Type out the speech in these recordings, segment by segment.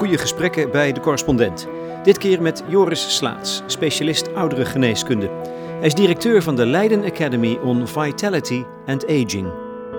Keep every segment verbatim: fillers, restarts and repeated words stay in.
goede gesprekken bij De Correspondent. Dit keer met Joris Slaats, specialist ouderengeneeskunde. Hij is directeur van de Leiden Academy on Vitality and Aging.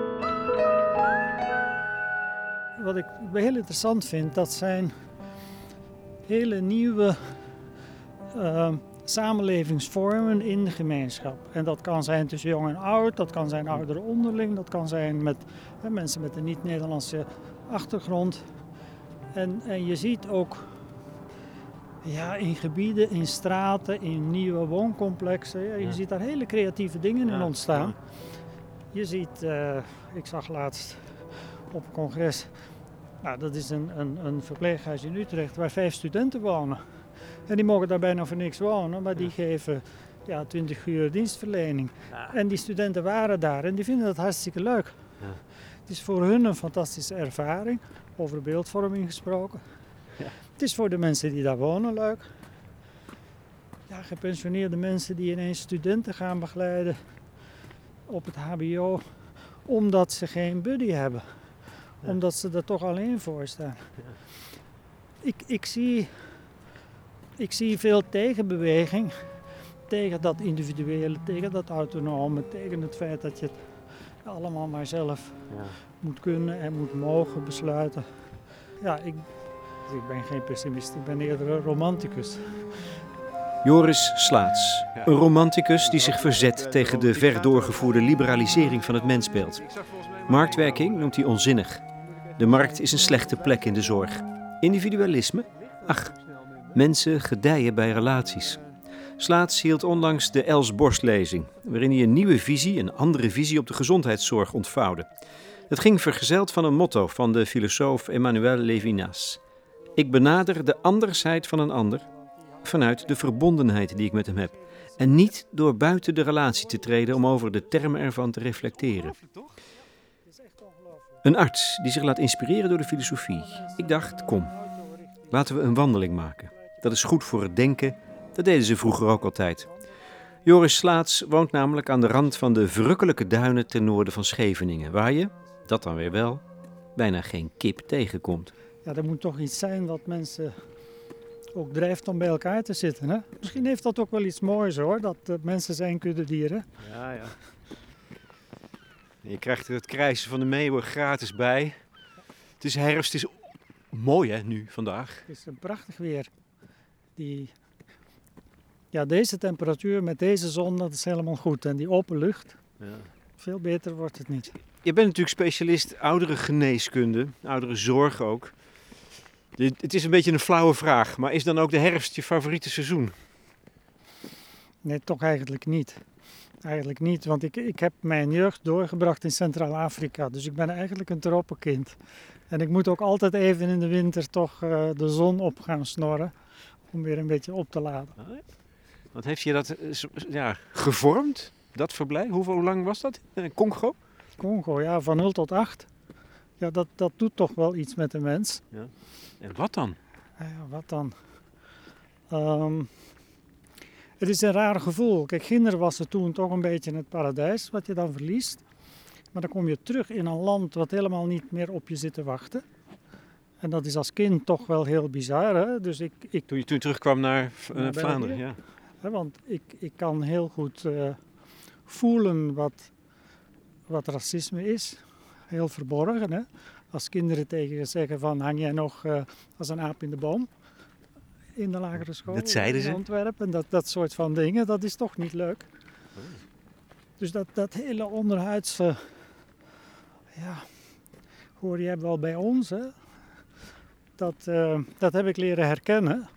Wat ik heel interessant vind, dat zijn hele nieuwe uh, samenlevingsvormen in de gemeenschap. En dat kan zijn tussen jong en oud, dat kan zijn ouderen onderling, dat kan zijn met hè, mensen met een niet-Nederlandse achtergrond. En, en je ziet ook ja, in gebieden, in straten, in nieuwe wooncomplexen, ja, je ja. ziet daar hele creatieve dingen ja. in ontstaan. Je ziet, uh, ik zag laatst op een congres, nou, dat is een, een, een verpleeghuis in Utrecht waar vijf studenten wonen. En die mogen daar bijna voor niks wonen, maar die ja. geven ja, twintig uur dienstverlening. Ja. En die studenten waren daar en die vinden dat hartstikke leuk. Ja. Het is voor hun een fantastische ervaring, over beeldvorming gesproken. Ja. Het is voor de mensen die daar wonen leuk. Ja, gepensioneerde mensen die ineens studenten gaan begeleiden op het hbo, omdat ze geen buddy hebben. Ja. Omdat ze er toch alleen voor staan. Ja. Ik, ik, zie, ik zie veel tegenbeweging tegen dat individuele, tegen dat autonome, tegen het feit dat je het allemaal maar zelf ja. moet kunnen en moet mogen besluiten. Ja, ik, ik ben geen pessimist, ik ben eerder een romanticus. Joris Slaats, een romanticus die zich verzet tegen de ver doorgevoerde liberalisering van het mensbeeld. Marktwerking noemt hij onzinnig. De markt is een slechte plek in de zorg. Individualisme? Ach, mensen gedijen bij relaties. Slaats hield onlangs de Els Borst-lezing, waarin hij een nieuwe visie, een andere visie op de gezondheidszorg ontvouwde. Het ging vergezeld van een motto van de filosoof Emmanuel Levinas. Ik benader de andersheid van een ander vanuit de verbondenheid die ik met hem heb. En niet door buiten de relatie te treden om over de termen ervan te reflecteren. Een arts die zich laat inspireren door de filosofie. Ik dacht, kom, laten we een wandeling maken. Dat is goed voor het denken, dat deden ze vroeger ook altijd. Joris Slaats woont namelijk aan de rand van de verrukkelijke duinen ten noorden van Scheveningen, waar je, dat dan weer wel, bijna geen kip tegenkomt. Ja, er moet toch iets zijn wat mensen ook drijft om bij elkaar te zitten. Hè? Misschien heeft dat ook wel iets moois hoor, dat uh, mensen zijn kuddedieren. Ja, ja. Je krijgt er het krijsen van de meeuwen gratis bij. Het is herfst, het is mooi hè, nu, vandaag. Het is een prachtig weer. Die, ja, deze temperatuur met deze zon, dat is helemaal goed. En die open lucht, ja. veel beter wordt het niet. Je bent natuurlijk specialist ouderengeneeskunde, ouderenzorg ook. Het is een beetje een flauwe vraag, maar is dan ook de herfst je favoriete seizoen? Nee, toch eigenlijk niet. Eigenlijk niet, want ik, ik heb mijn jeugd doorgebracht in Centraal-Afrika. Dus ik ben eigenlijk een tropenkind. En ik moet ook altijd even in de winter toch uh, de zon op gaan snorren. Om weer een beetje op te laden. Wat heeft je dat ja, gevormd, dat verblijf? Hoe, hoe lang was dat? Congo? Congo, ja, van nul tot acht. Ja, dat, dat doet toch wel iets met de mens. Ja. En wat dan? Ja, wat dan? Um, het is een raar gevoel. Kijk, kinderen was het toen toch een beetje het paradijs wat je dan verliest. Maar dan kom je terug in een land wat helemaal niet meer op je zit te wachten. En dat is als kind toch wel heel bizar. Hè? Dus ik, ik, toen je toen terugkwam naar, uh, naar Vlaanderen, ja. Hè, want ik, ik kan heel goed uh, voelen wat, wat racisme is. Heel verborgen. Hè? Als kinderen tegen je zeggen van hang jij nog uh, als een aap in de boom. In de lagere school. Dat zeiden ze. In Antwerpen. Dat, dat soort van dingen. Dat is toch niet leuk. Oh. Dus dat, dat hele onderhuidse. Ja. Hoor jij wel bij ons. Hè? Dat, uh, dat heb ik leren herkennen.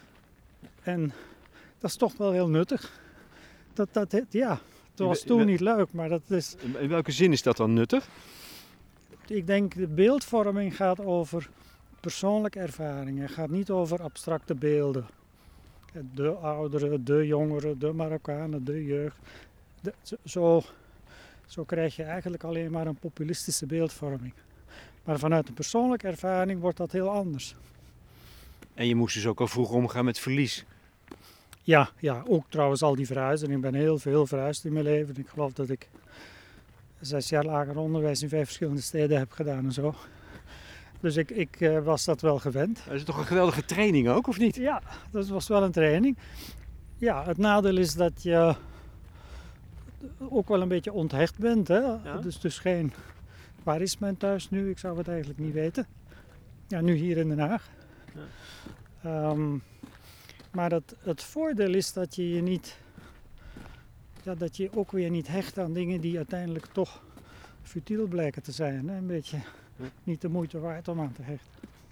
En dat is toch wel heel nuttig. Dat, dat, ja. Het was toen niet leuk. Maar dat is. In welke zin is dat dan nuttig? Ik denk de beeldvorming gaat over persoonlijke ervaringen. Het gaat niet over abstracte beelden. De ouderen, de jongeren, de Marokkanen, de jeugd. De, zo, zo krijg je eigenlijk alleen maar een populistische beeldvorming. Maar vanuit een persoonlijke ervaring wordt dat heel anders. En je moest dus ook al vroeg omgaan met verlies. Ja, ja, ook trouwens al die verhuizen. Ik ben heel veel verhuisd in mijn leven. Ik geloof dat ik zes jaar lager onderwijs in vijf verschillende steden heb gedaan en zo. Dus ik, ik uh, was dat wel gewend. Dat is toch een geweldige training ook, of niet? Ja, dat was wel een training. Ja, het nadeel is dat je ook wel een beetje onthecht bent. Hè? Ja? Dus, dus geen, waar is mijn thuis nu? Ik zou het eigenlijk niet weten. Ja, nu hier in Den Haag. Ja. Um, maar het, het voordeel is dat je je niet, ja, dat je ook weer niet hecht aan dingen die uiteindelijk toch futiel blijken te zijn. Hè? Een beetje ja. Niet de moeite waard om aan te hechten.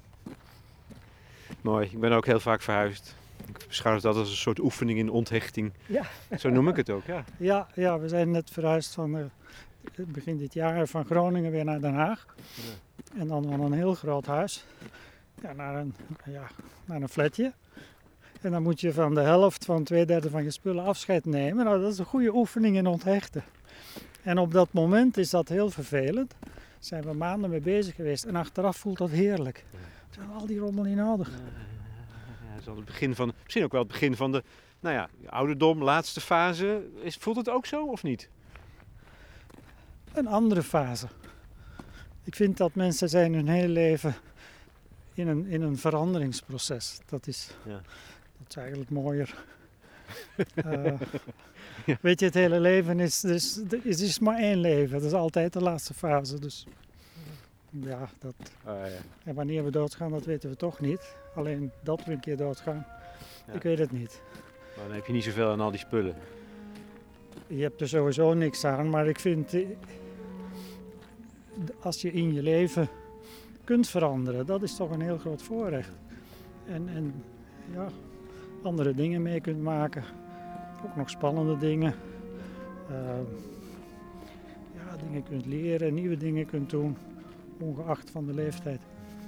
Mooi, ik ben ook heel vaak verhuisd. Ik beschouw het altijd als een soort oefening in onthechting. Ja. Zo noem ik het ook, ja. Ja, ja, we zijn net verhuisd van uh, begin dit jaar van Groningen weer naar Den Haag. Ja. En dan van een heel groot huis ja, naar, een, ja, naar een flatje. En dan moet je van de helft van twee derde van je spullen afscheid nemen. Nou, dat is een goede oefening in onthechten. En op dat moment is dat heel vervelend. Daar zijn we maanden mee bezig geweest. En achteraf voelt dat heerlijk. We hebben al die rommel niet nodig. Ja, dat is al het begin van, misschien ook wel het begin van de, nou ja, ouderdom, laatste fase. Is, voelt het ook zo of niet? Een andere fase. Ik vind dat mensen zijn hun hele leven in een, in een veranderingsproces. Dat is, ja. dat is eigenlijk mooier. uh, ja. Weet je, het hele leven is, dus, is, is maar één leven. Dat is altijd de laatste fase. Dus ja, dat, oh, ja. En wanneer we doodgaan, dat weten we toch niet. Alleen dat we een keer doodgaan, ja. Ik weet het niet. Maar dan heb je niet zoveel aan al die spullen. Je hebt er sowieso niks aan, maar ik vind, als je in je leven kunt veranderen, dat is toch een heel groot voorrecht. En, en ja, andere dingen mee kunt maken, ook nog spannende dingen. Uh, ja, dingen kunt leren, nieuwe dingen kunt doen, ongeacht van de leeftijd.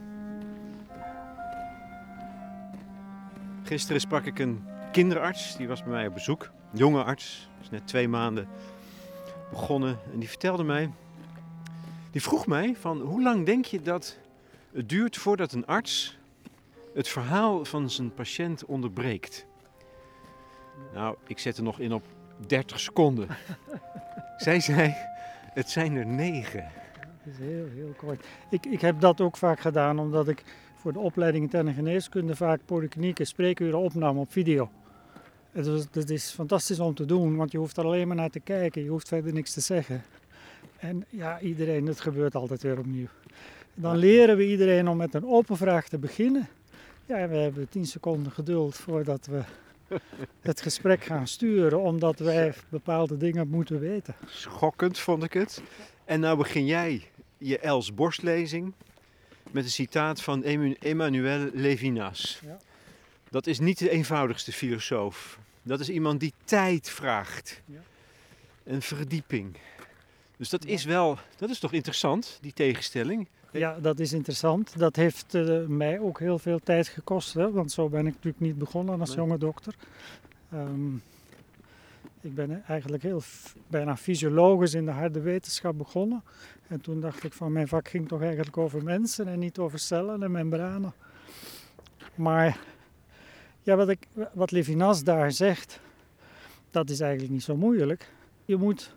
Gisteren sprak ik een kinderarts, die was bij mij op bezoek. Een jonge arts, is net twee maanden begonnen. En die vertelde mij, die vroeg mij van hoe lang denk je dat het duurt voordat een arts het verhaal van zijn patiënt onderbreekt? Nou, ik zet er nog in op dertig seconden. Zij zei, het zijn er negen. Dat is heel, heel kort. Ik, ik heb dat ook vaak gedaan, omdat ik voor de opleiding interne geneeskunde vaak polyklinieken spreekuren opnam op video. En dus, dat is fantastisch om te doen, want je hoeft er alleen maar naar te kijken. Je hoeft verder niks te zeggen. En ja, iedereen, het gebeurt altijd weer opnieuw. Dan leren we iedereen om met een open vraag te beginnen. Ja, we hebben tien seconden geduld voordat we het gesprek gaan sturen, omdat wij bepaalde dingen moeten weten. Schokkend vond ik het. En nou begin jij je Els Borstlezing met een citaat van Emmanuel Levinas. Ja. Dat is niet de eenvoudigste filosoof. Dat is iemand die tijd vraagt. Ja. En verdieping. Dus dat is wel, dat is toch interessant, die tegenstelling? Ja, dat is interessant. Dat heeft uh, mij ook heel veel tijd gekost. Hè? Want zo ben ik natuurlijk niet begonnen als nee. jonge dokter. Um, ik ben eigenlijk heel bijna fysiologisch in de harde wetenschap begonnen. En toen dacht ik van mijn vak ging toch eigenlijk over mensen en niet over cellen en membranen. Maar ja, wat, ik, wat Levinas daar zegt, dat is eigenlijk niet zo moeilijk. Je moet,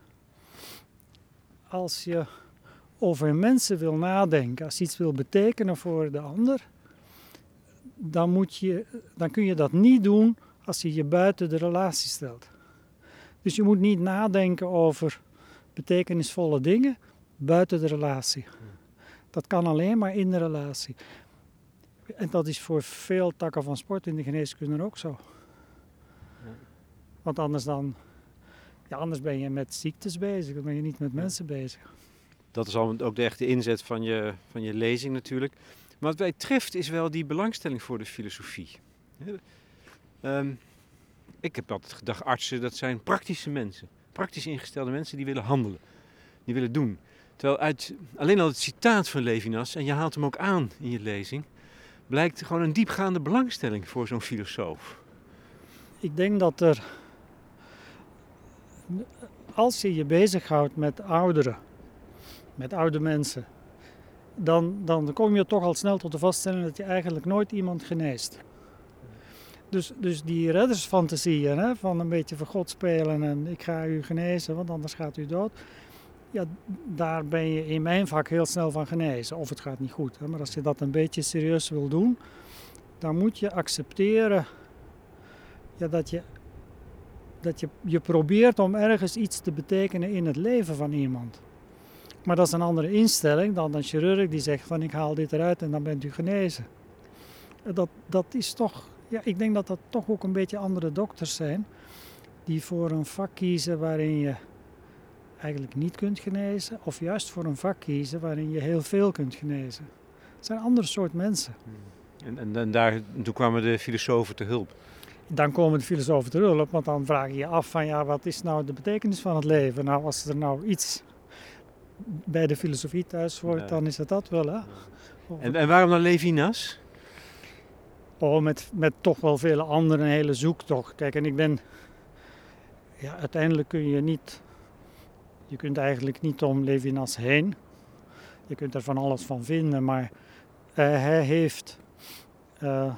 als je over mensen wil nadenken, als je iets wil betekenen voor de ander, dan, moet je, dan kun je dat niet doen als je je buiten de relatie stelt. Dus je moet niet nadenken over betekenisvolle dingen buiten de relatie. Dat kan alleen maar in de relatie. En dat is voor veel takken van sport in de geneeskunde ook zo. Want anders, dan, ja, anders ben je met ziektes bezig, dan ben je niet met mensen bezig. Dat is al ook de echte inzet van je, van je lezing natuurlijk. Maar wat mij treft is wel die belangstelling voor de filosofie. Um, ik heb altijd gedacht, artsen, dat zijn praktische mensen. Praktisch ingestelde mensen die willen handelen. Die willen doen. Terwijl uit alleen al het citaat van Levinas, en je haalt hem ook aan in je lezing, blijkt gewoon een diepgaande belangstelling voor zo'n filosoof. Ik denk dat er, als je je bezighoudt met ouderen, met oude mensen, dan, dan kom je toch al snel tot de vaststelling dat je eigenlijk nooit iemand geneest. Dus, dus die reddersfantasieën, hè, van een beetje voor God spelen en ik ga u genezen, want anders gaat u dood. ja, daar ben je in mijn vak heel snel van genezen. Of het gaat niet goed. Hè? Maar als je dat een beetje serieus wil doen, dan moet je accepteren ja, dat, je, dat je, je probeert om ergens iets te betekenen in het leven van iemand. Maar dat is een andere instelling dan een chirurg die zegt van ik haal dit eruit en dan bent u genezen. Dat, dat is toch, ja, ik denk dat dat toch ook een beetje andere dokters zijn die voor een vak kiezen waarin je eigenlijk niet kunt genezen of juist voor een vak kiezen waarin je heel veel kunt genezen. Het zijn een ander soort mensen. En, en, en daar, toen kwamen de filosofen te hulp. Dan komen de filosofen te hulp, want dan vraag je je af van ja, wat is nou de betekenis van het leven? Nou, als er nou iets bij de filosofie thuis hoort, ja. dan is het dat wel. Hè? En, en waarom dan Levinas? Oh, met, met toch wel vele anderen een hele zoektocht. Kijk, en ik ben... Ja, uiteindelijk kun je niet... Je kunt eigenlijk niet om Levinas heen. Je kunt er van alles van vinden, maar uh, hij heeft... Uh,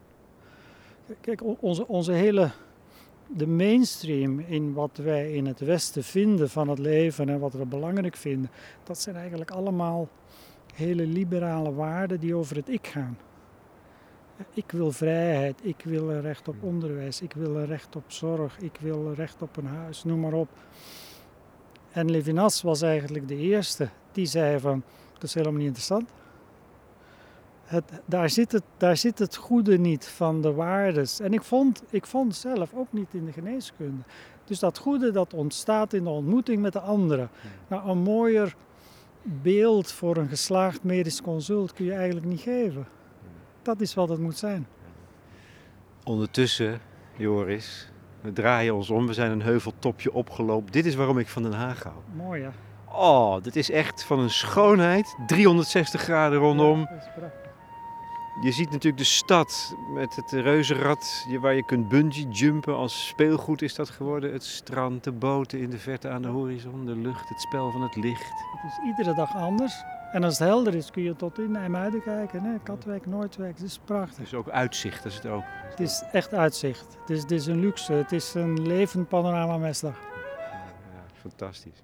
kijk, onze, onze hele... De mainstream in wat wij in het Westen vinden van het leven en wat we belangrijk vinden, dat zijn eigenlijk allemaal hele liberale waarden die over het ik gaan. Ik wil vrijheid, ik wil een recht op onderwijs, ik wil een recht op zorg, ik wil een recht op een huis, noem maar op. En Levinas was eigenlijk de eerste die zei van, dat is helemaal niet interessant. Het, daar, zit het, daar zit het goede niet van de waardes. En ik vond, ik vond zelf ook niet in de geneeskunde. Dus dat goede dat ontstaat in de ontmoeting met de anderen. Nou, een mooier beeld voor een geslaagd medisch consult kun je eigenlijk niet geven. Dat is wat het moet zijn. Ondertussen, Joris, we draaien ons om. We zijn een heuveltopje opgelopen. Dit is waarom ik van Den Haag hou. Mooi, ja. Oh, dit is echt van een schoonheid. driehonderdzestig graden rondom. Ja, dat is prachtig. Je ziet natuurlijk de stad met het reuzenrad waar je kunt bungee jumpen. Als speelgoed is dat geworden. Het strand, de boten in de verte aan de horizon, de lucht, het spel van het licht. Het is iedere dag anders. En als het helder is kun je tot in IJmuiden kijken. Hè? Katwijk, Noordwijk, het is prachtig. Het is ook uitzicht, dat is het ook. Het is echt uitzicht. Het is, het is een luxe. Het is een levend panorama mesdag. Ja, ja, fantastisch.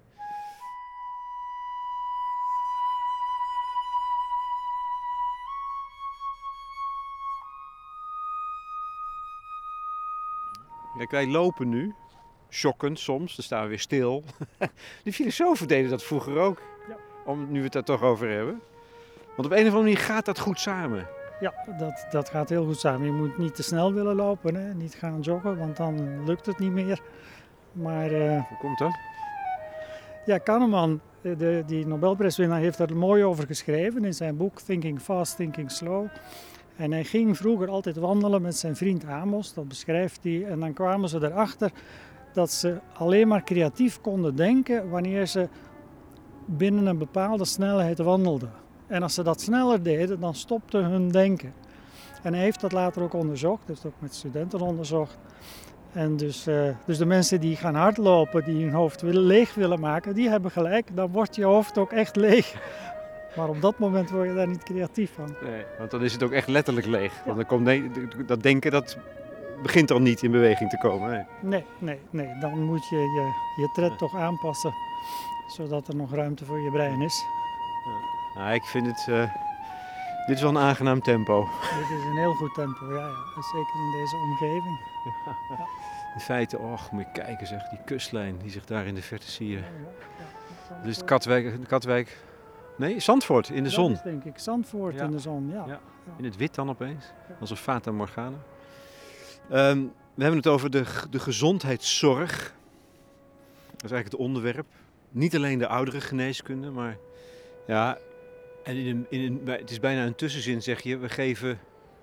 Kijk, wij lopen nu, schokkend soms, dan staan we weer stil. De filosofen deden dat vroeger ook, ja. Om, nu we het daar toch over hebben. Want op een of andere manier gaat dat goed samen. Ja, dat, dat gaat heel goed samen. Je moet niet te snel willen lopen, hè? Niet gaan joggen, want dan lukt het niet meer. Maar, uh, Hoe komt dat? Ja, Kahneman, de, die Nobelprijswinnaar, heeft daar mooi over geschreven in zijn boek Thinking Fast, Thinking Slow. En hij ging vroeger altijd wandelen met zijn vriend Amos, dat beschrijft hij. En dan kwamen ze erachter dat ze alleen maar creatief konden denken wanneer ze binnen een bepaalde snelheid wandelden. En als ze dat sneller deden, dan stopte hun denken. En hij heeft dat later ook onderzocht, hij heeft het ook met studenten onderzocht. En dus, uh, dus de mensen die gaan hardlopen, die hun hoofd willen, leeg willen maken, die hebben gelijk. Dan wordt je hoofd ook echt leeg. Maar op dat moment word je daar niet creatief van. Nee, want dan is het ook echt letterlijk leeg. Ja. Want dan komt, nee, dat denken dat begint al niet in beweging te komen. Nee, nee, nee. nee. Dan moet je je, je tred ja. toch aanpassen, zodat er nog ruimte voor je brein is. Ja. Nou, ik vind het, uh, dit is wel een aangenaam tempo. Dit is een heel goed tempo, ja, ja. Zeker in deze omgeving. Ja. Ja. In feite, och, moet je kijken zeg, die kustlijn die zich daar in de verte zie je. Ja, ja. Ja. Dus het Katwijk, Katwijk... Nee, Zandvoort in de zon. Dat is denk ik Zandvoort ja. in de zon, ja. ja. In het wit dan opeens, ja. Als een Fata Morgana. Um, we hebben het over de, de gezondheidszorg. Dat is eigenlijk het onderwerp. Niet alleen de oudere geneeskunde, maar ja, en in een, in een, het is bijna een tussenzin zeg je, we geven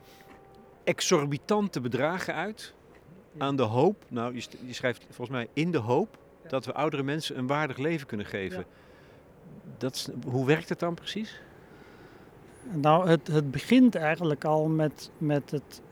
exorbitante bedragen uit ja. aan de hoop, nou je, je schrijft volgens mij in de hoop, ja. dat we oudere mensen een waardig leven kunnen geven. Ja. Dat, hoe werkt het dan precies? Nou, het, het begint eigenlijk al met, met, het,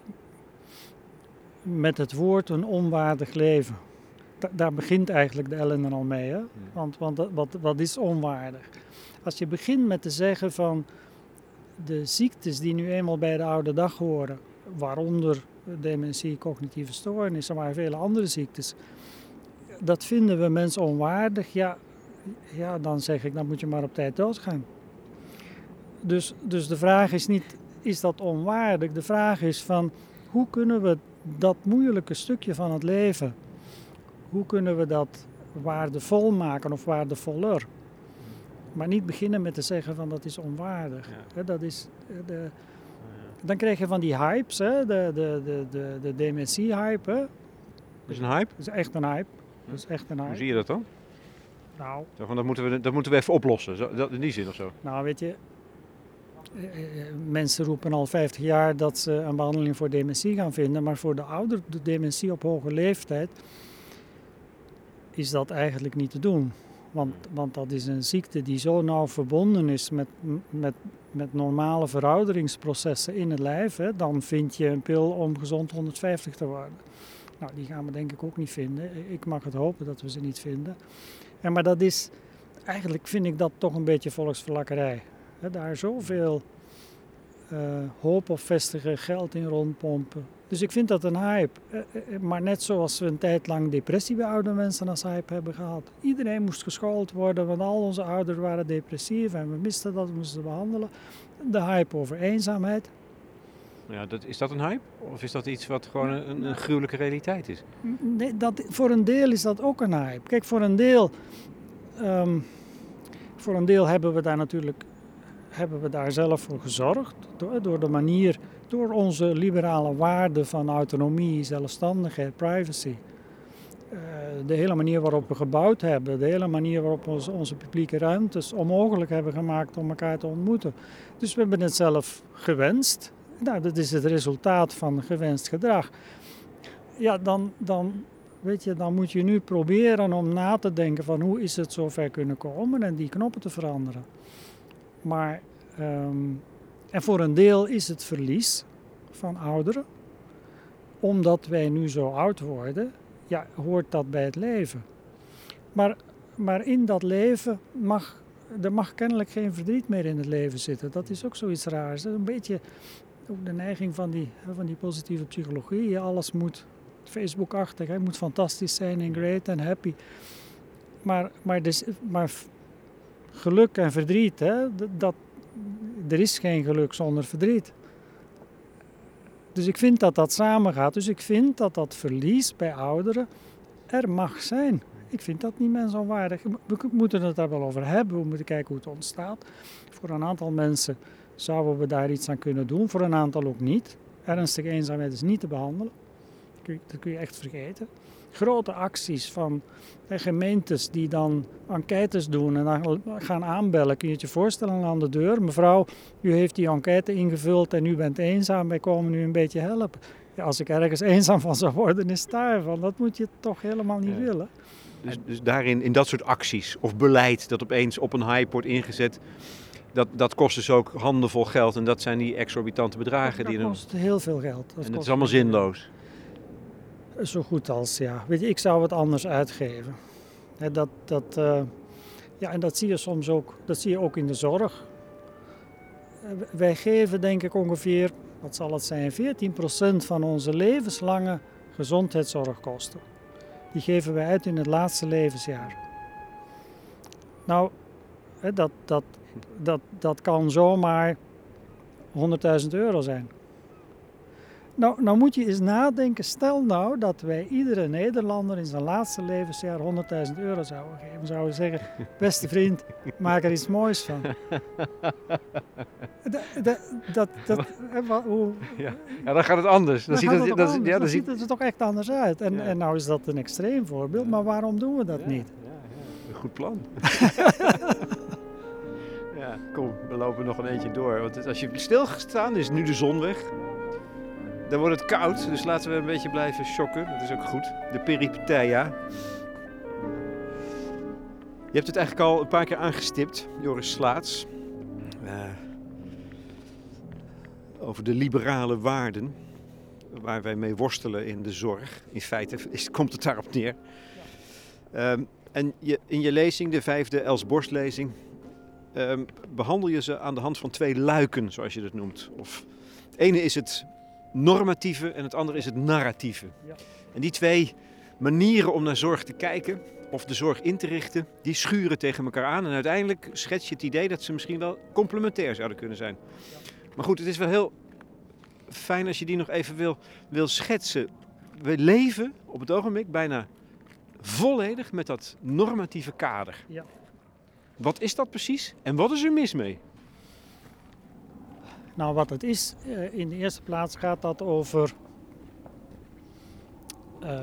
met het woord een onwaardig leven. Da, daar begint eigenlijk de ellende al mee. Hè? Ja. Want, want wat, wat is onwaardig? Als je begint met te zeggen van de ziektes die nu eenmaal bij de oude dag horen, waaronder dementie, cognitieve stoornissen, maar vele andere ziektes, dat vinden we mensen onwaardig. Ja, ja, dan zeg ik, dan moet je maar op tijd doodgaan. Dus, dus de vraag is niet, is dat onwaardig? De vraag is van, hoe kunnen we dat moeilijke stukje van het leven, hoe kunnen we dat waardevol maken of waardevoller? Maar niet beginnen met te zeggen van dat is onwaardig. Ja. He, dat is de, dan krijg je van die hypes, hè? de, de, de, de, de dementie-hype. Hè? Dat is een hype? Dat is echt een hype. Dat is echt een hype. Hoe zie je dat dan? Nou, Zo van, dat, moeten we, dat moeten we even oplossen, zo, dat, in die zin of zo? nou, weet je, eh, eh, mensen roepen al vijftig jaar dat ze een behandeling voor dementie gaan vinden, maar voor de ouder, de dementie op hoge leeftijd, is dat eigenlijk niet te doen. Want, want dat is een ziekte die zo nauw verbonden is met, met, met normale verouderingsprocessen in het lijf. Hè. Dan vind je een pil om gezond honderdvijftig te worden. Nou, die gaan we denk ik ook niet vinden. Ik mag het hopen dat we ze niet vinden. En maar dat is, eigenlijk vind ik dat toch een beetje volksverlakkerij. Hè, daar zoveel uh, hoop op vestigen, geld in rondpompen. Dus ik vind dat een hype. Uh, uh, maar net zoals we een tijd lang depressie bij oude mensen als hype hebben gehad. Iedereen moest geschoold worden, want al onze ouders waren depressief en we misten dat, we moesten behandelen. De hype over eenzaamheid. Ja, dat, is dat een hype? Of is dat iets wat gewoon een, een gruwelijke realiteit is? Nee, dat, voor een deel is dat ook een hype. Kijk, voor een deel, um, voor een deel hebben we daar natuurlijk hebben we daar zelf voor gezorgd. Door, door de manier, door onze liberale waarden van autonomie, zelfstandigheid, privacy. Uh, de hele manier waarop we gebouwd hebben, de hele manier waarop we onze, onze publieke ruimtes onmogelijk hebben gemaakt om elkaar te ontmoeten. Dus we hebben het zelf gewenst. Nou, dat is het resultaat van gewenst gedrag. Ja, dan, dan, weet je, dan moet je nu proberen om na te denken van hoe is het zover kunnen komen en die knoppen te veranderen. Maar, um, en voor een deel is het verlies van ouderen. Omdat wij nu zo oud worden, ja, hoort dat bij het leven. Maar, maar in dat leven mag, er mag kennelijk geen verdriet meer in het leven zitten. Dat is ook zoiets raars. Dat is een beetje ook de neiging van die, van die positieve psychologie. Alles moet Facebook-achtig, het moet fantastisch zijn en great en happy. Maar, maar, dus, maar geluk en verdriet, hè, dat, er is geen geluk zonder verdriet. Dus ik vind dat dat samengaat. Dus ik vind dat dat verlies bij ouderen er mag zijn. Ik vind dat niet mensonwaardig. We moeten het daar wel over hebben. We moeten kijken hoe het ontstaat. Voor een aantal mensen zouden we daar iets aan kunnen doen. Voor een aantal ook niet. Ernstige eenzaamheid is niet te behandelen. Dat kun je echt vergeten. Grote acties van eh, gemeentes die dan enquêtes doen en dan gaan aanbellen. Kun je het je voorstellen aan de deur? Mevrouw, u heeft die enquête ingevuld en u bent eenzaam. Wij komen u een beetje helpen. Ja, als ik ergens eenzaam van zou worden, is het daarvan. Dat moet je toch helemaal niet ja. willen. Dus, dus daarin, in dat soort acties of beleid dat opeens op een hype wordt ingezet, dat, dat kost dus ook handenvol geld. En dat zijn die exorbitante bedragen. Dat, dat die kost dan... heel veel geld. Dat en het is allemaal zinloos. Zo goed als, ja. Weet je, ik zou het anders uitgeven. He, dat, dat, uh, ja, en dat zie je soms ook, dat zie je ook in de zorg. Uh, wij geven denk ik ongeveer, wat zal het zijn, veertien procent van onze levenslange gezondheidszorgkosten. Die geven wij uit in het laatste levensjaar. Nou, he, dat, dat, dat, dat kan zomaar honderdduizend euro zijn. Nou, nou moet je eens nadenken, stel nou dat wij iedere Nederlander in zijn laatste levensjaar honderdduizend euro zouden geven. Zouden zeggen, beste vriend, maak er iets moois van. Dat, dat, dat, dat, hoe, ja. ja, dan gaat het anders. Dan, dan, ziet, het het, dat, dat, anders. Ja, dan dan ziet het er toch echt anders uit. En, ja. en nou is dat een extreem voorbeeld, maar waarom doen we dat ja, niet? Ja, ja. Een goed plan. Ja, kom, we lopen nog een eentje door. Want als je stilgestaan is, nu de zon weg. Dan wordt het koud, dus laten we een beetje blijven shocken. Dat is ook goed. De peripeteia. Je hebt het eigenlijk al een paar keer aangestipt, Joris Slaats. Uh, over de liberale waarden waar wij mee worstelen in de zorg. In feite is, komt het daarop neer. Ja. Um, en je, in je lezing, de vijfde Els Borst lezing, um, behandel je ze aan de hand van twee luiken, zoals je dat noemt. Of, het ene is het normatieve en het andere is het narratieve. Ja. En die twee manieren om naar zorg te kijken of de zorg in te richten, die schuren tegen elkaar aan. En uiteindelijk schets je het idee dat ze misschien wel complementair zouden kunnen zijn. Maar goed, het is wel heel fijn als je die nog even wil, wil schetsen. We leven op het ogenblik bijna volledig met dat normatieve kader. Ja. Wat is dat precies en wat is er mis mee? Nou, wat het is, uh, in de eerste plaats gaat dat over... Uh,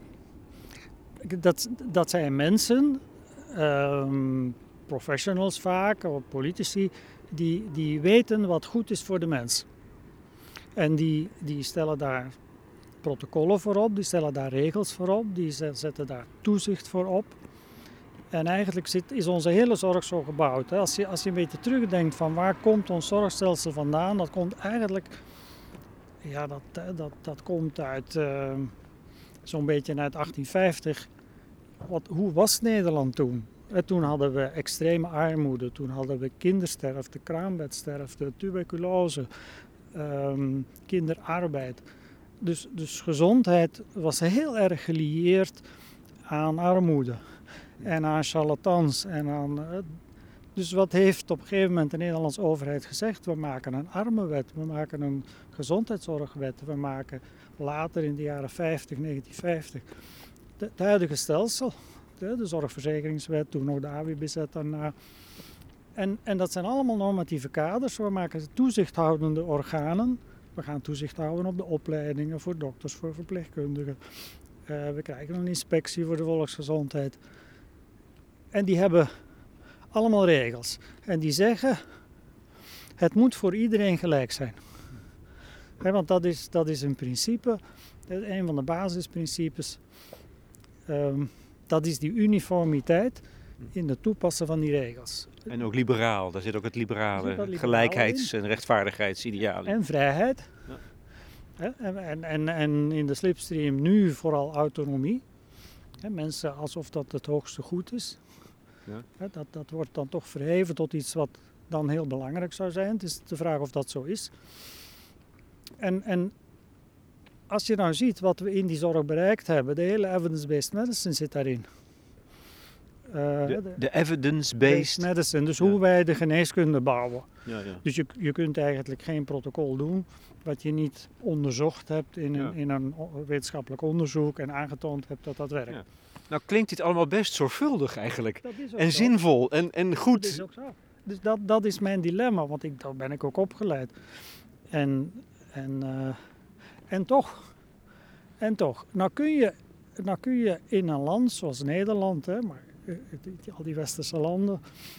dat, dat zijn mensen, uh, professionals vaak, of politici, die, die weten wat goed is voor de mens. En die, die stellen daar protocollen voor op, die stellen daar regels voor op, die zetten daar toezicht voor op. En eigenlijk zit, is onze hele zorg zo gebouwd. Hè. Als je, als je een beetje terugdenkt van waar komt ons zorgstelsel vandaan, dat komt eigenlijk, ja, dat, dat, dat komt uit uh, zo'n beetje uit achttien vijftig. Wat, hoe was Nederland toen? En toen hadden we extreme armoede, toen hadden we kindersterfte, kraambedsterfte, tuberculose, um, kinderarbeid. Dus, dus gezondheid was heel erg gelieerd aan armoede en aan charlatans. En aan, uh, dus wat heeft op een gegeven moment de Nederlandse overheid gezegd? We maken een armenwet, we maken een gezondheidszorgwet, we maken later in de jaren vijftig, negentien vijftig, de, het huidige stelsel, de, de zorgverzekeringswet, toen nog de A W B Z daarna. En, en dat zijn allemaal normatieve kaders, we maken toezichthoudende organen. We gaan toezicht houden op de opleidingen voor dokters, voor verpleegkundigen. Uh, we krijgen een inspectie voor de volksgezondheid. En die hebben allemaal regels. En die zeggen, het moet voor iedereen gelijk zijn. He, want dat is, dat is een principe, een van de basisprincipes. Um, dat is die uniformiteit in het toepassen van die regels. En ook liberaal, daar zit ook het liberale liberaal gelijkheids- en rechtvaardigheidsideaal in. En vrijheid. Ja. En, en, en, en in de slipstream nu vooral autonomie. He, mensen alsof dat het hoogste goed is. Ja. He, dat, dat wordt dan toch verheven tot iets wat dan heel belangrijk zou zijn. Het is de vraag of dat zo is. En, en als je nou ziet wat we in die zorg bereikt hebben, de hele evidence-based medicine zit daarin. Uh, de, de evidence-based medicine, dus ja. Hoe wij de geneeskunde bouwen. Ja, ja. Dus je, je kunt eigenlijk geen protocol doen wat je niet onderzocht hebt in een, ja. in een wetenschappelijk onderzoek en aangetoond hebt dat dat werkt. Ja. Nou klinkt dit allemaal best zorgvuldig eigenlijk. Dat is ook en zo. zinvol en, en goed. Dat is ook zo. Dus dat, dat is mijn dilemma, want ik, daar ben ik ook opgeleid. En, en, uh, en toch, en toch, nou kun je, nou kun je in een land zoals Nederland, hè, maar al die westerse landen,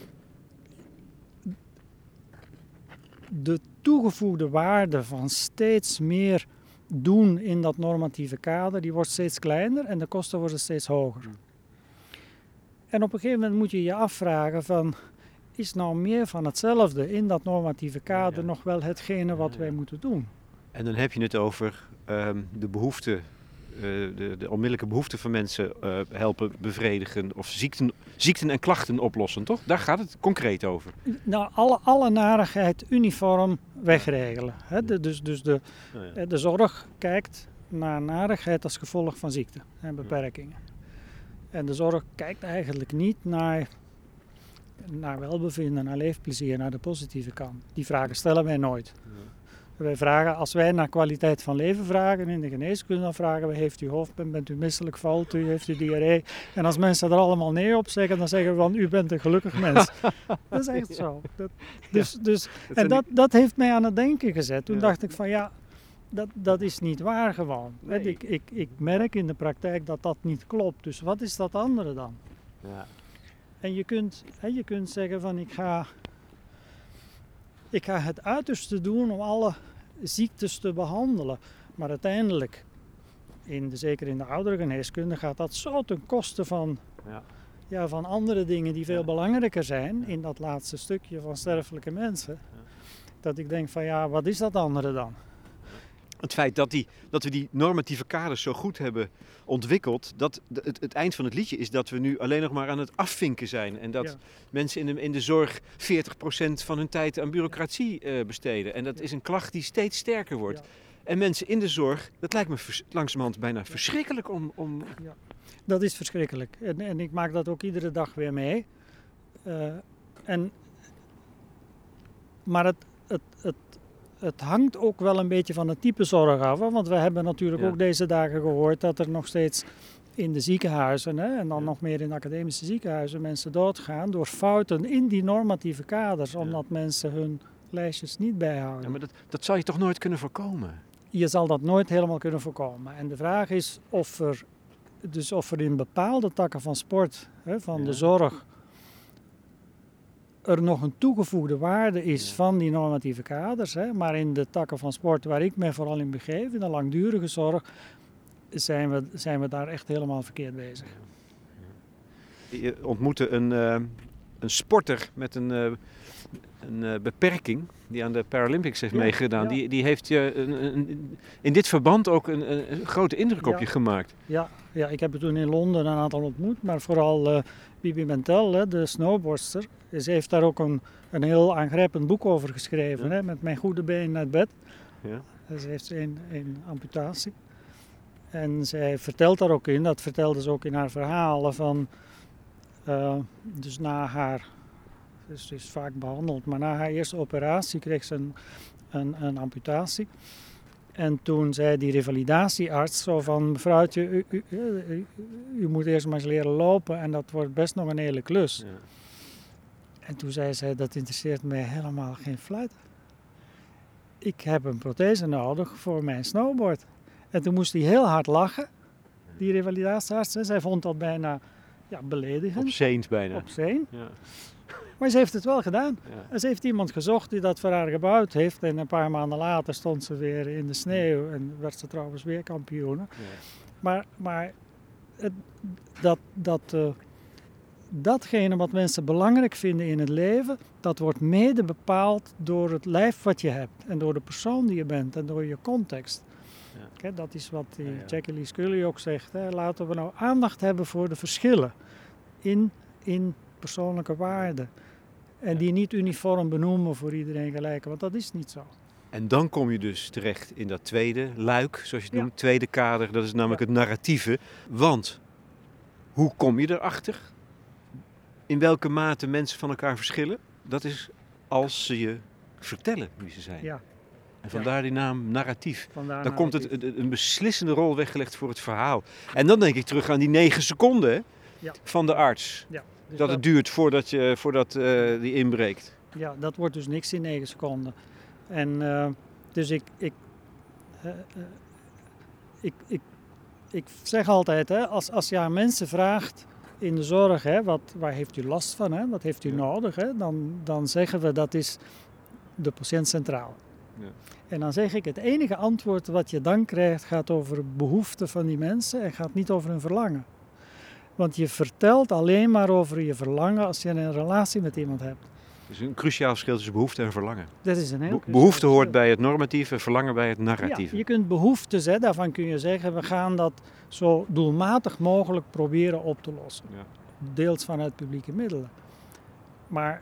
de toegevoegde waarde van steeds meer doen in dat normatieve kader, die wordt steeds kleiner en de kosten worden steeds hoger. En op een gegeven moment moet je je afvragen van, is nou meer van hetzelfde in dat normatieve kader ja, ja. nog wel hetgene wat ja, ja. wij moeten doen? En dan heb je het over um, de behoeften, uh, de, de onmiddellijke behoeften van mensen uh, helpen bevredigen of ziekten, ziekten en klachten oplossen, toch? Daar gaat het concreet over. Nou, alle, alle narigheid uniform wegregelen. Hè? De, dus dus de, oh ja. de zorg kijkt naar narigheid als gevolg van ziekte en beperkingen. En de zorg kijkt eigenlijk niet naar, naar welbevinden, naar leefplezier, naar de positieve kant. Die vragen stellen wij nooit. Ja. Wij vragen, als wij naar kwaliteit van leven vragen in de geneeskunde, dan vragen we, heeft u hoofdpijn, bent u misselijk, valt u, heeft u diarree? En als mensen er allemaal nee op zeggen, dan zeggen we van, u bent een gelukkig mens. Dat is echt zo. Dat, dus, dus, ja, en dat, dat heeft mij aan het denken gezet. Toen ja. dacht ik van, ja, dat, dat is niet waar gewoon. Nee. Ik, ik, ik merk in de praktijk dat dat niet klopt. Dus wat is dat andere dan? Ja. En je kunt, je kunt zeggen van, ik ga... Ik ga het uiterste doen om alle ziektes te behandelen. Maar uiteindelijk, in de, zeker in de oudere geneeskunde, gaat dat zo ten koste van, ja. Ja, van andere dingen die veel ja. belangrijker zijn ja. in dat laatste stukje van sterfelijke mensen. Ja. Dat ik denk van ja, wat is dat andere dan? Het feit dat, die, dat we die normatieve kaders zo goed hebben ontwikkeld, dat het, het eind van het liedje is dat we nu alleen nog maar aan het afvinken zijn. En dat ja. mensen in de, in de zorg veertig procent van hun tijd aan bureaucratie uh, besteden. En dat is een klacht die steeds sterker wordt. Ja. En mensen in de zorg, dat lijkt me vers- langzamerhand bijna verschrikkelijk om... om... Ja, dat is verschrikkelijk. En, en ik maak dat ook iedere dag weer mee. Uh, en, maar het, het, het, het hangt ook wel een beetje van het type zorg af. Hè? Want we hebben natuurlijk ja. ook deze dagen gehoord dat er nog steeds in de ziekenhuizen, hè, en dan ja. nog meer in de academische ziekenhuizen, mensen doodgaan door fouten in die normatieve kaders. Omdat ja. mensen hun lijstjes niet bijhouden. Ja, maar dat, dat zou je toch nooit kunnen voorkomen? Je zal dat nooit helemaal kunnen voorkomen. En de vraag is of er, dus of er in bepaalde takken van sport, hè, van ja. de zorg, er nog een toegevoegde waarde is ja. van die normatieve kaders. Hè. Maar in de takken van sport waar ik mij vooral in begeef, in de langdurige zorg, zijn we, zijn we daar echt helemaal verkeerd bezig. Je ontmoette een, uh, een sporter met een... Uh, Een uh, beperking die aan de Paralympics heeft ja, meegedaan. Ja. Die, die heeft je een, een, in dit verband ook een, een, een grote indruk ja. op je gemaakt. Ja, ja, ik heb er toen in Londen een aantal ontmoet. Maar vooral uh, Bibi Mentel, hè, de snowboardster. Ze heeft daar ook een, een heel aangrijpend boek over geschreven. Ja. Hè, met Mijn goede been naar bed. Ja. Ze heeft een, een amputatie. En zij vertelt daar ook in, dat vertelde ze ook in haar verhalen, van uh, dus na haar... Dus ze is vaak behandeld. Maar na haar eerste operatie kreeg ze een, een, een amputatie. En toen zei die revalidatiearts zo van... Mevrouwtje, u, u, u, u moet eerst maar eens leren lopen en dat wordt best nog een hele klus. Ja. En toen zei zij, dat interesseert mij helemaal geen fluit. Ik heb een prothese nodig voor mijn snowboard. En toen moest hij heel hard lachen, die revalidatiearts. Zij vond dat bijna ja, beledigend. Obsceen bijna. Obsceen. Ja. Maar ze heeft het wel gedaan. Ja. En ze heeft iemand gezocht die dat voor haar gebouwd heeft. En een paar maanden later stond ze weer in de sneeuw en werd ze trouwens weer kampioene. Ja. Maar, maar het, dat, dat, uh, datgene wat mensen belangrijk vinden in het leven, dat wordt mede bepaald door het lijf wat je hebt. En door de persoon die je bent en door je context. Ja. Kijk, dat is wat die ja, ja. Jackie Lee Scully ook zegt. Hè. Laten we nou aandacht hebben voor de verschillen in, in persoonlijke waarden. En die niet uniform benoemen voor iedereen gelijk, want dat is niet zo. En dan kom je dus terecht in dat tweede luik, zoals je het ja. noemt, tweede kader. Dat is namelijk ja. het narratieve. Want, hoe kom je erachter? In welke mate mensen van elkaar verschillen? Dat is als ze je vertellen wie ze zijn. Ja. En vandaar ja. die naam narratief. Vandaar dan narratief. komt het een beslissende rol weggelegd voor het verhaal. En dan denk ik terug aan die negen seconden ja. van de arts. Ja. Dus dat, dat het duurt voordat, je, voordat uh, die inbreekt. Ja, dat wordt dus niks in negen seconden. En uh, dus ik, ik, uh, uh, ik, ik, ik zeg altijd, hè, als, als je aan mensen vraagt in de zorg, hè, wat, waar heeft u last van, hè, wat heeft u ja. nodig, hè, dan, dan zeggen we dat is de patiënt centraal. Ja. En dan zeg ik, het enige antwoord wat je dan krijgt gaat over behoeften van die mensen en gaat niet over hun verlangen. Want je vertelt alleen maar over je verlangen als je een relatie met iemand hebt. Dus een cruciaal verschil tussen behoefte en verlangen. Dat is een heel Be- Behoefte hoort bij het normatieve, verlangen bij het narratieve. Ja, je kunt behoeftes, hè, daarvan kun je zeggen, we gaan dat zo doelmatig mogelijk proberen op te lossen. Ja. Deels vanuit publieke middelen. Maar,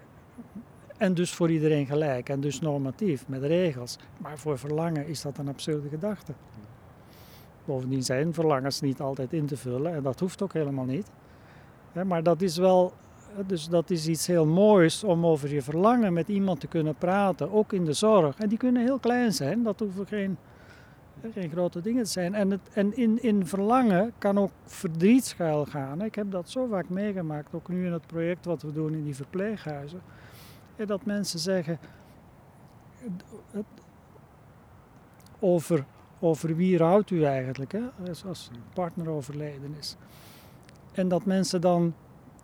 en dus voor iedereen gelijk en dus normatief, met regels. Maar voor verlangen is dat een absurde gedachte. Bovendien zijn verlangens niet altijd in te vullen en dat hoeft ook helemaal niet. Ja, maar dat is wel, dus dat is iets heel moois om over je verlangen met iemand te kunnen praten, ook in de zorg. En die kunnen heel klein zijn, dat hoeven geen, geen grote dingen te zijn. En, het, en in, in verlangen kan ook verdriet schuil gaan. Ik heb dat zo vaak meegemaakt, ook nu in het project wat we doen in die verpleeghuizen. En dat mensen zeggen het, over... Over wie rouwt u eigenlijk, hè? Als, als een partner overleden is. En dat mensen dan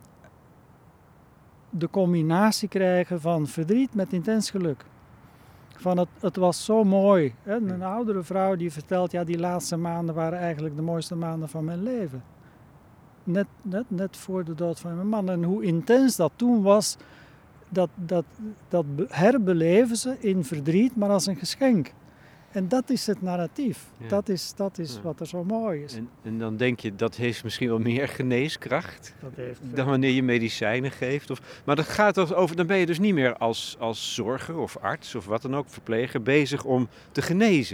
de combinatie krijgen van verdriet met intens geluk. Van het, het was zo mooi. Hè? Een oudere vrouw die vertelt, ja, die laatste maanden waren eigenlijk de mooiste maanden van mijn leven. Net, net, net voor de dood van mijn man. En hoe intens dat toen was, dat, dat, dat herbeleven ze in verdriet, maar als een geschenk. En dat is het narratief. Ja. Dat is, dat is ja. wat er zo mooi is. En, en dan denk je, dat heeft misschien wel meer geneeskracht dat heeft, dan wanneer je medicijnen geeft. Of, maar dat gaat over, dan ben je dus niet meer als, als zorger of arts of wat dan ook, verpleger, bezig om te genezen.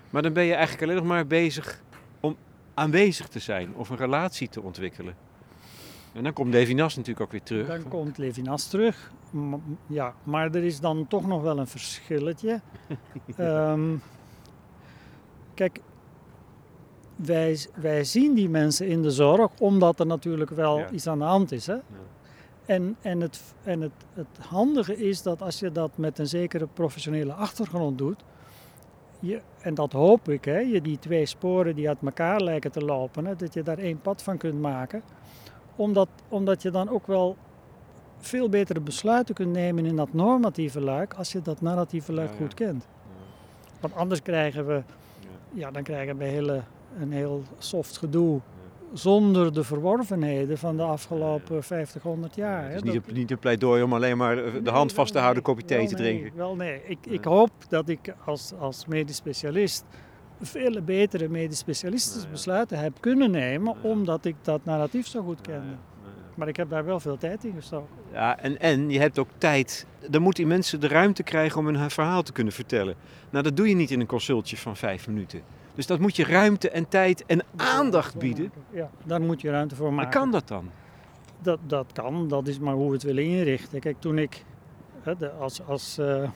Maar dan ben je eigenlijk alleen nog maar bezig om aanwezig te zijn of een relatie te ontwikkelen. En dan komt Levinas natuurlijk ook weer terug. Dan komt Levinas terug. M- ja, maar er is dan toch nog wel een verschilletje. um, kijk, wij, wij zien die mensen in de zorg omdat er natuurlijk wel Ja. iets aan de hand is. Hè? Ja. En, en, het, en het, het handige is dat als je dat met een zekere professionele achtergrond doet, je, en dat hoop ik, hè, je die twee sporen die uit elkaar lijken te lopen, hè, dat je daar één pad van kunt maken. Omdat, omdat je dan ook wel veel betere besluiten kunt nemen in dat normatieve luik als je dat narratieve luik Ja, ja. goed kent. Ja. Want anders krijgen we, Ja. ja, dan krijgen we hele, een heel soft gedoe zonder de verworvenheden van de afgelopen vijftig, honderd jaar. Het hè. is niet, Dat- een, niet een pleidooi om alleen maar de Nee, hand vast te wel houden, nee, kopje thee te wel nee, drinken. Wel nee, ik, Nee. ik hoop dat ik als, als medisch specialist veel betere medisch specialistische Nou ja. besluiten heb kunnen nemen, Nou ja. omdat ik dat narratief zo goed Nou ja, kende. nou ja. Maar ik heb daar wel veel tijd in gestoken. Ja, en, en je hebt ook tijd. Dan moeten die mensen de ruimte krijgen om hun verhaal te kunnen vertellen. Nou, dat doe je niet in een consultje van vijf minuten. Dus dat moet je ruimte en tijd en aandacht bieden. Ja, daar moet je ruimte voor Maar maken. kan dat dan? Dat, dat kan, dat is maar hoe we het willen inrichten. Kijk, toen ik hè, de, als, als, uh,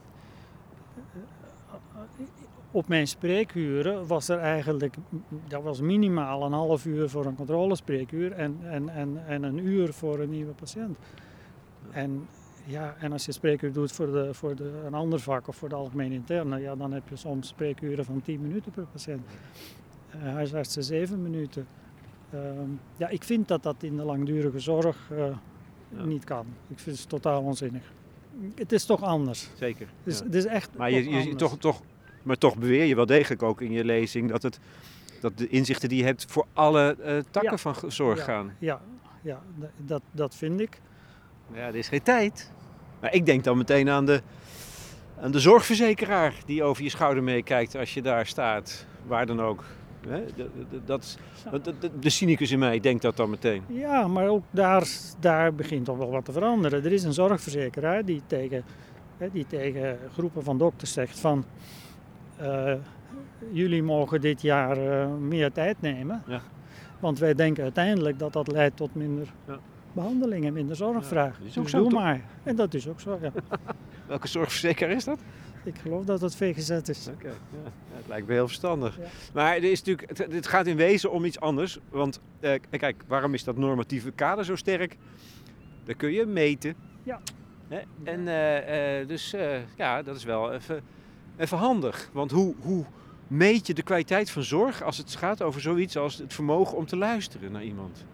op mijn spreekuren was er eigenlijk, dat was minimaal een half uur voor een controlespreekuur en, en, en, en een uur voor een nieuwe patiënt. En, ja, en als je spreekuur doet voor, de, voor de, een ander vak of voor de algemene interne, ja, dan heb je soms spreekuren van tien minuten per patiënt. Uh, huisartsen zeven minuten. Uh, ja, ik vind dat dat in de langdurige zorg uh, ja. niet kan. Ik vind het totaal onzinnig. Het is toch anders. Zeker. Het is, Ja. het is echt maar, je, je, toch, toch, maar toch beweer je wel degelijk ook in je lezing dat, het, dat de inzichten die je hebt voor alle uh, takken ja. van zorg ja. gaan. Ja, ja dat, dat vind ik. Ja, er is geen tijd. Maar ik denk dan meteen aan de, aan de zorgverzekeraar die over je schouder meekijkt als je daar staat, waar dan ook. Hè? Dat, dat, dat, de, de cynicus in mij denkt dat dan meteen. Ja, maar ook daar, daar begint toch wel wat te veranderen. Er is een zorgverzekeraar die tegen, die tegen groepen van dokters zegt van uh, jullie mogen dit jaar uh, meer tijd nemen. Ja. Want wij denken uiteindelijk dat dat leidt tot minder ja. behandeling en minder zorgvraag. Ja, dat is ook dus zo, doe toch? maar. En dat is ook zo, ja. Welke zorgverzekeraar is dat? Ik geloof dat het V G Z is. Oké, okay, ja. ja, het lijkt me heel verstandig. Ja. Maar er is natuurlijk, het, het gaat in wezen om iets anders. Want eh, kijk, waarom is dat normatieve kader zo sterk? Dat kun je meten. Ja. Hè? En uh, uh, dus uh, ja, dat is wel even, even handig. Want hoe, hoe meet je de kwaliteit van zorg als het gaat over zoiets als het vermogen om te luisteren naar iemand?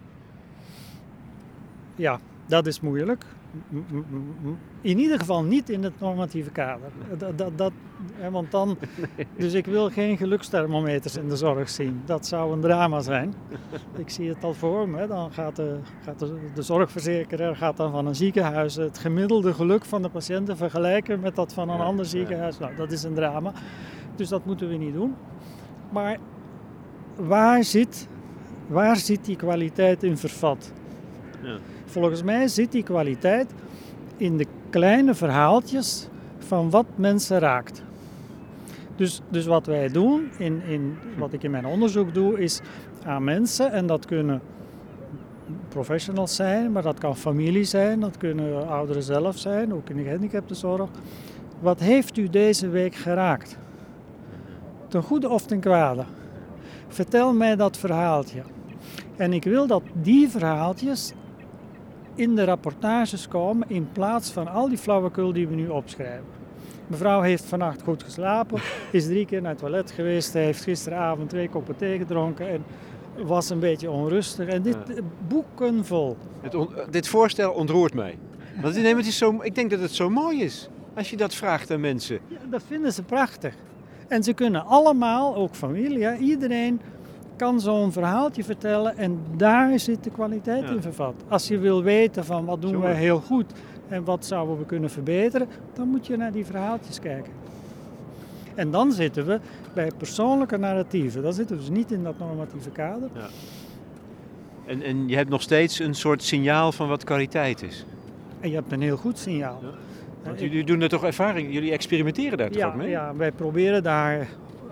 Ja, dat is moeilijk. In ieder geval niet in het normatieve kader. Dat, dat, dat, want dan, dus ik wil geen geluksthermometers in de zorg zien. Dat zou een drama zijn. Ik zie het al voor me. Dan gaat de, gaat de, de zorgverzekeraar gaat dan van een ziekenhuis het gemiddelde geluk van de patiënten vergelijken met dat van een ander ziekenhuis. Nou, dat is een drama. Dus dat moeten we niet doen. Maar waar zit, waar zit die kwaliteit in vervat? Ja. Volgens mij zit die kwaliteit in de kleine verhaaltjes van wat mensen raakt. Dus, dus wat wij doen, in, in, wat ik in mijn onderzoek doe, is aan mensen, en dat kunnen professionals zijn, maar dat kan familie zijn, dat kunnen ouderen zelf zijn, ook in de gehandicaptenzorg. Wat heeft u deze week geraakt? Ten goede of ten kwade? Vertel mij dat verhaaltje. En ik wil dat die verhaaltjes in de rapportages komen in plaats van al die flauwekul die we nu opschrijven. Mevrouw heeft vannacht goed geslapen, is drie keer naar het toilet geweest, heeft gisteravond twee koppen thee gedronken en was een beetje onrustig. En dit ja. boeken vol. Het on, dit voorstel ontroert mij. Want nee, het is zo, ik denk dat het zo mooi is als je dat vraagt aan mensen. Ja, dat vinden ze prachtig. En ze kunnen allemaal, ook familie, ja, iedereen kan zo'n verhaaltje vertellen en daar zit de kwaliteit ja. in vervat. Als je wil weten van wat doen wij heel goed en wat zouden we kunnen verbeteren, dan moet je naar die verhaaltjes kijken. En dan zitten we bij persoonlijke narratieven. Dan zitten we dus niet in dat normatieve kader. Ja. En, en je hebt nog steeds een soort signaal van wat kwaliteit is. En je hebt een heel goed signaal. Ja. Want jullie doen er toch ervaring, jullie experimenteren daar toch ja, ook mee? Ja, wij proberen daar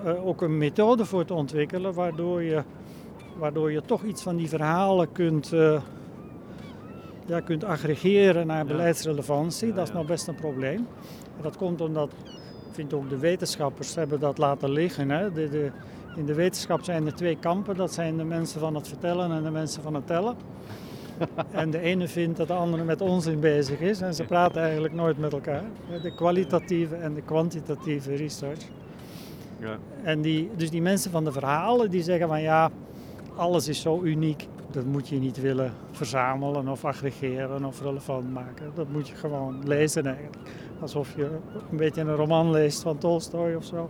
uh, ook een methode voor te ontwikkelen waardoor je, waardoor je toch iets van die verhalen kunt, uh, ja, kunt aggregeren naar beleidsrelevantie. Ja. Dat is ja. nog best een probleem. En dat komt omdat, ik vind ook de wetenschappers hebben dat laten liggen. Hè. De, de, in de wetenschap zijn er twee kampen. Dat zijn de mensen van het vertellen en de mensen van het tellen. En de ene vindt dat de andere met onzin bezig is en ze praten eigenlijk nooit met elkaar. De kwalitatieve en de kwantitatieve research. Ja. En die, dus die mensen van de verhalen die zeggen van ja, alles is zo uniek. Dat moet je niet willen verzamelen of aggregeren of relevant maken. Dat moet je gewoon lezen eigenlijk. Alsof je een beetje een roman leest van Tolstoy of zo.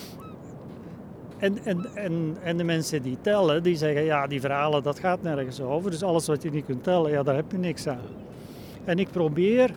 En, en, en, en de mensen die tellen, die zeggen ja, die verhalen, dat gaat nergens over. Dus alles wat je niet kunt tellen, ja, daar heb je niks aan. En ik probeer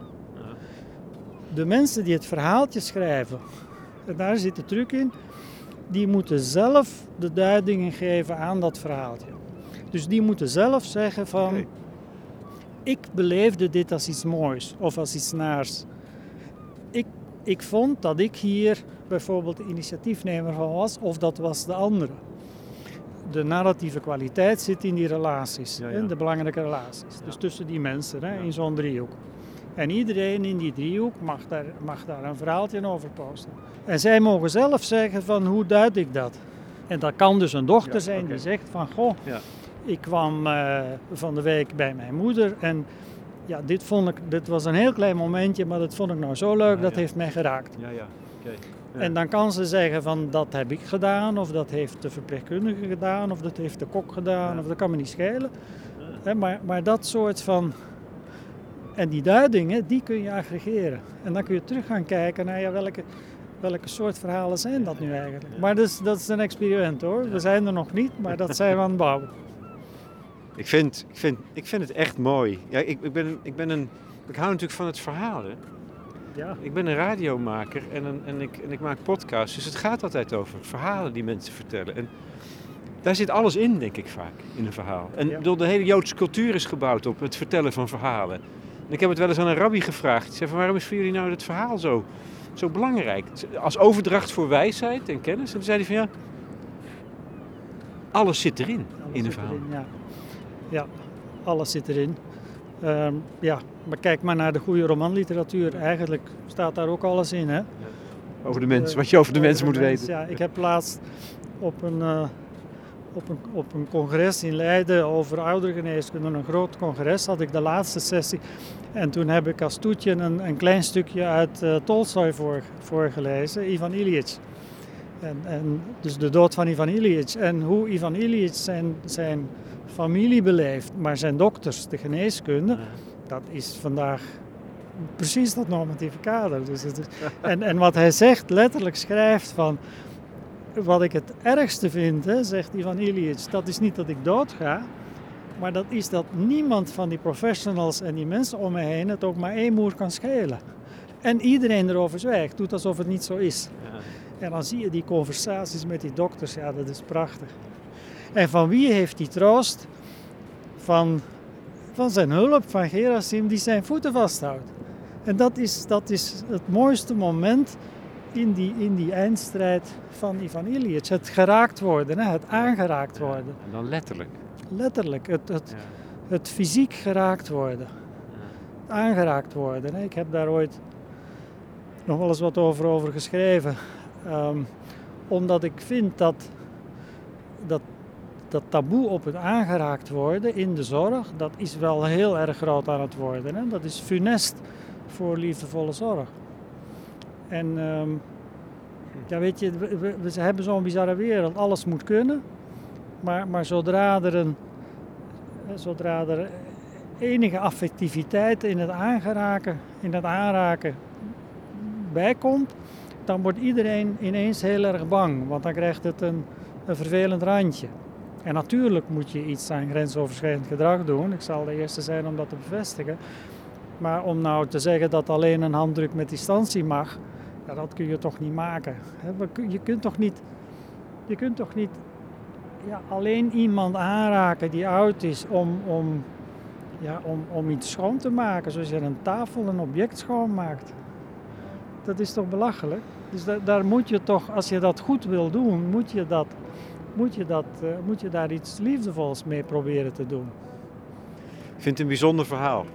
de mensen die het verhaaltje schrijven, en daar zit de truc in, die moeten zelf de duidingen geven aan dat verhaaltje. Dus die moeten zelf zeggen van, okay. ik beleefde dit als iets moois of als iets naars. Ik, ik vond dat ik hier bijvoorbeeld de initiatiefnemer van was, of dat was de andere. De narratieve kwaliteit zit in die relaties, ja, ja. in de belangrijke relaties. Ja. Dus tussen die mensen, hè, ja. in zo'n driehoek. En iedereen in die driehoek mag daar, mag daar een verhaaltje over posten. En zij mogen zelf zeggen van hoe duid ik dat. En dat kan dus een dochter ja, zijn okay. die zegt van goh, ja. ik kwam uh, van de week bij mijn moeder en ja, dit, vond ik, dit was een heel klein momentje, maar dat vond ik nou zo leuk, ja, dat ja. heeft mij geraakt. Ja, ja. Okay. Ja. En dan kan ze zeggen van dat heb ik gedaan, of dat heeft de verpleegkundige gedaan, of dat heeft de kok gedaan, ja. of dat kan me niet schelen. Ja. He, maar, maar dat soort van... En die duidingen, die kun je aggregeren. En dan kun je terug gaan kijken naar ja, welke, welke soort verhalen zijn dat nu eigenlijk. Ja. Maar dat is, dat is een experiment hoor. Ja. We zijn er nog niet, maar dat zijn we aan het bouwen. Ik vind, ik vind, ik vind het echt mooi. Ja, ik, ik, ben, ik, ben een, ik hou natuurlijk van het verhalen. Ja. Ik ben een radiomaker en, een, en, ik, en ik maak podcasts, dus het gaat altijd over verhalen die mensen vertellen. En daar zit alles in, denk ik vaak, in een verhaal. En ja. bedoel, de hele Joodse cultuur is gebouwd op het vertellen van verhalen. En ik heb het wel eens aan een rabbi gevraagd. Ik zei van, waarom is voor jullie nou het verhaal zo, zo belangrijk? Als overdracht voor wijsheid en kennis. En toen zei hij van ja, alles zit erin alles in een verhaal. Erin, ja. ja, alles zit erin. Um, ja, maar kijk maar naar de goede romanliteratuur. Eigenlijk staat daar ook alles in, hè? Over de mens, uh, wat je over de over mensen de moet mens, weten. Ja, ik heb laatst op een, uh, op, een, op een congres in Leiden over oudergeneeskunde, een groot congres, had ik de laatste sessie. En toen heb ik als toetje een, een klein stukje uit uh, Tolstoy voor, voorgelezen, Ivan Ilyich. En, en dus de dood van Ivan Ilyich. En hoe Ivan Ilyich zijn, zijn familie beleeft, maar zijn dokters, de geneeskunde, dat is vandaag precies dat normatieve kader. Dus het is, en, en wat hij zegt, letterlijk schrijft van, wat ik het ergste vind, hè, zegt Ivan Ilyich, dat is niet dat ik doodga, maar dat is dat niemand van die professionals en die mensen om me heen het ook maar één moer kan schelen. En iedereen erover zwijgt, doet alsof het niet zo is. Ja. En dan zie je die conversaties met die dokters, ja, dat is prachtig. En van wie heeft die troost? Van, van zijn hulp, van Gerasim, die zijn voeten vasthoudt. En dat is, dat is het mooiste moment in die, in die eindstrijd van Ivan Ilyich. Het geraakt worden, hè? Het aangeraakt worden. Ja, en dan letterlijk. Letterlijk, het, het, ja. het fysiek geraakt worden. Ja. Het aangeraakt worden. Hè? Ik heb daar ooit nog wel eens wat over, over geschreven. Um, omdat ik vind dat, dat dat taboe op het aangeraakt worden in de zorg, dat is wel heel erg groot aan het worden. Hè? Dat is funest voor liefdevolle zorg. En um, ja, weet je, we, we, we hebben zo'n bizarre wereld. Alles moet kunnen, maar, maar zodra er een, zodra er enige affectiviteit in het aangeraken, in het aanraken bijkomt, dan wordt iedereen ineens heel erg bang, want dan krijgt het een, een vervelend randje. En natuurlijk moet je iets aan grensoverschrijdend gedrag doen. Ik zal de eerste zijn om dat te bevestigen. Maar om nou te zeggen dat alleen een handdruk met distantie mag, ja, dat kun je toch niet maken. Je kunt toch niet, je kunt toch niet ja, alleen iemand aanraken die oud is om, om, ja, om, om iets schoon te maken. Zoals je een tafel, een object schoonmaakt. Dat is toch belachelijk? Dus da- daar moet je toch, als je dat goed wil doen, moet je, dat, moet, je dat, uh, moet je daar iets liefdevols mee proberen te doen. Ik vind het een bijzonder verhaal.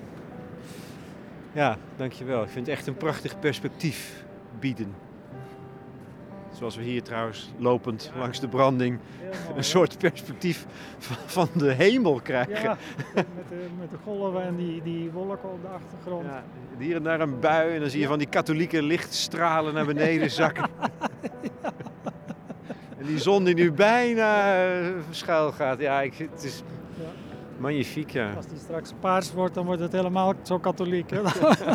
Ja, dankjewel. Ik vind het echt een prachtig perspectief bieden. Zoals we hier trouwens lopend ja. langs de branding mooi, een soort perspectief van, van de hemel krijgen. Ja, met de, met de golven en die, die wolken op de achtergrond. Ja, hier en daar een bui en dan zie je ja. van die katholieke lichtstralen naar beneden zakken. Ja. En die zon die nu bijna uh, schuil gaat. Ja, ik, het is ja. magnifiek, ja. Als die straks paars wordt, dan wordt het helemaal zo katholiek. Hè?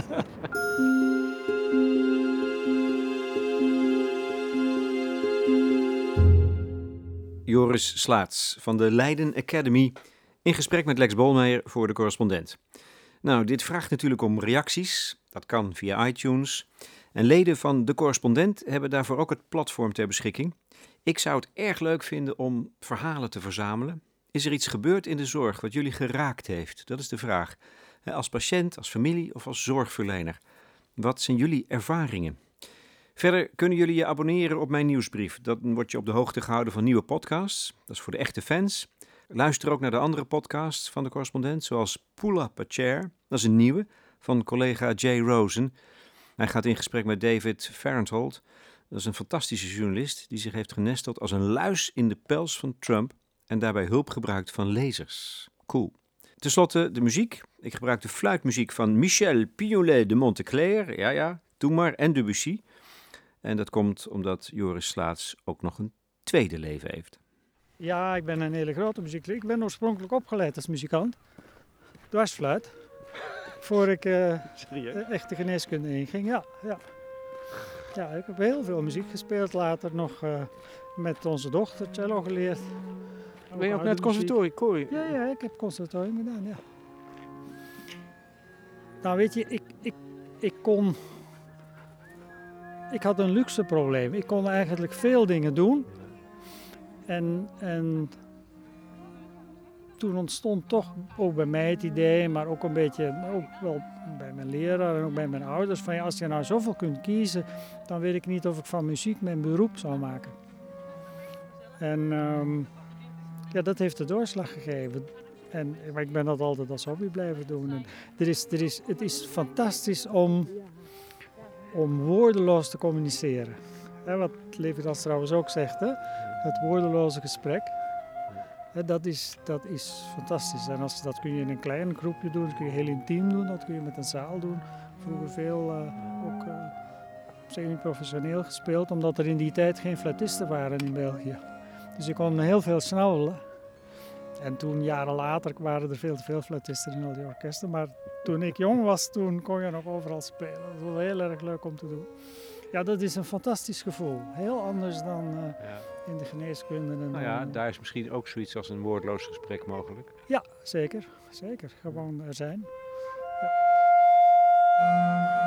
Joris Slaats van de Leiden Academy in gesprek met Lex Bolmeijer voor De Correspondent. Nou, dit vraagt natuurlijk om reacties. Dat kan via iTunes. En leden van De Correspondent hebben daarvoor ook het platform ter beschikking. Ik zou het erg leuk vinden om verhalen te verzamelen. Is er iets gebeurd in de zorg wat jullie geraakt heeft? Dat is de vraag. Als patiënt, als familie of als zorgverlener. Wat zijn jullie ervaringen? Verder kunnen jullie je abonneren op mijn nieuwsbrief. Dan word je op de hoogte gehouden van nieuwe podcasts. Dat is voor de echte fans. Luister ook naar de andere podcasts van De Correspondent, zoals Pull Up a Chair. Dat is een nieuwe van collega Jay Rosen. Hij gaat in gesprek met David Farenthold. Dat is een fantastische journalist die zich heeft genesteld als een luis in de pels van Trump en daarbij hulp gebruikt van lezers. Cool. Ten slotte de muziek. Ik gebruik de fluitmuziek van Michel Pignolet de Monteclair. Ja, ja, doe maar. En Debussy. En dat komt omdat Joris Slaats ook nog een tweede leven heeft. Ja, ik ben een hele grote muziekliek. Ik ben oorspronkelijk opgeleid als muzikant. Dwarsfluit. Voor ik uh, echt de geneeskunde inging. Ja, ja. ja, ik heb heel veel muziek gespeeld. Later nog uh, met onze dochter cello geleerd. Ben je ook naar het conservatorium? Ja, ja, ik heb conservatorium gedaan, ja. Nou weet je, ik, ik, ik kon... Ik had een luxe probleem. Ik kon eigenlijk veel dingen doen. En, en toen ontstond toch ook bij mij het idee, maar ook een beetje ook wel bij mijn leraar en ook bij mijn ouders, van ja, als je nou zoveel kunt kiezen, dan weet ik niet of ik van muziek mijn beroep zou maken. En um, ja, dat heeft de doorslag gegeven. En, maar ik ben dat altijd als hobby blijven doen. En er is, er is, het is fantastisch om, om woordeloos te communiceren. He, wat Levinas trouwens ook zegt, hè? Het woordeloze gesprek. He, dat, is, dat is fantastisch. En als, dat kun je in een klein groepje doen, dat kun je heel intiem doen, dat kun je met een zaal doen. Vroeger veel uh, ook uh, semi-professioneel gespeeld, omdat er in die tijd geen fluitisten waren in België. Dus je kon heel veel snabbelen. En toen, jaren later, waren er veel te veel fluitisten in al die orkesten. Maar toen ik jong was, toen kon je nog overal spelen. Dat was heel erg leuk om te doen. Ja, dat is een fantastisch gevoel. Heel anders dan uh, ja. in de geneeskunde. En nou ja, daar is misschien ook zoiets als een woordloos gesprek mogelijk. Ja, zeker. Zeker. Gewoon er zijn. Ja.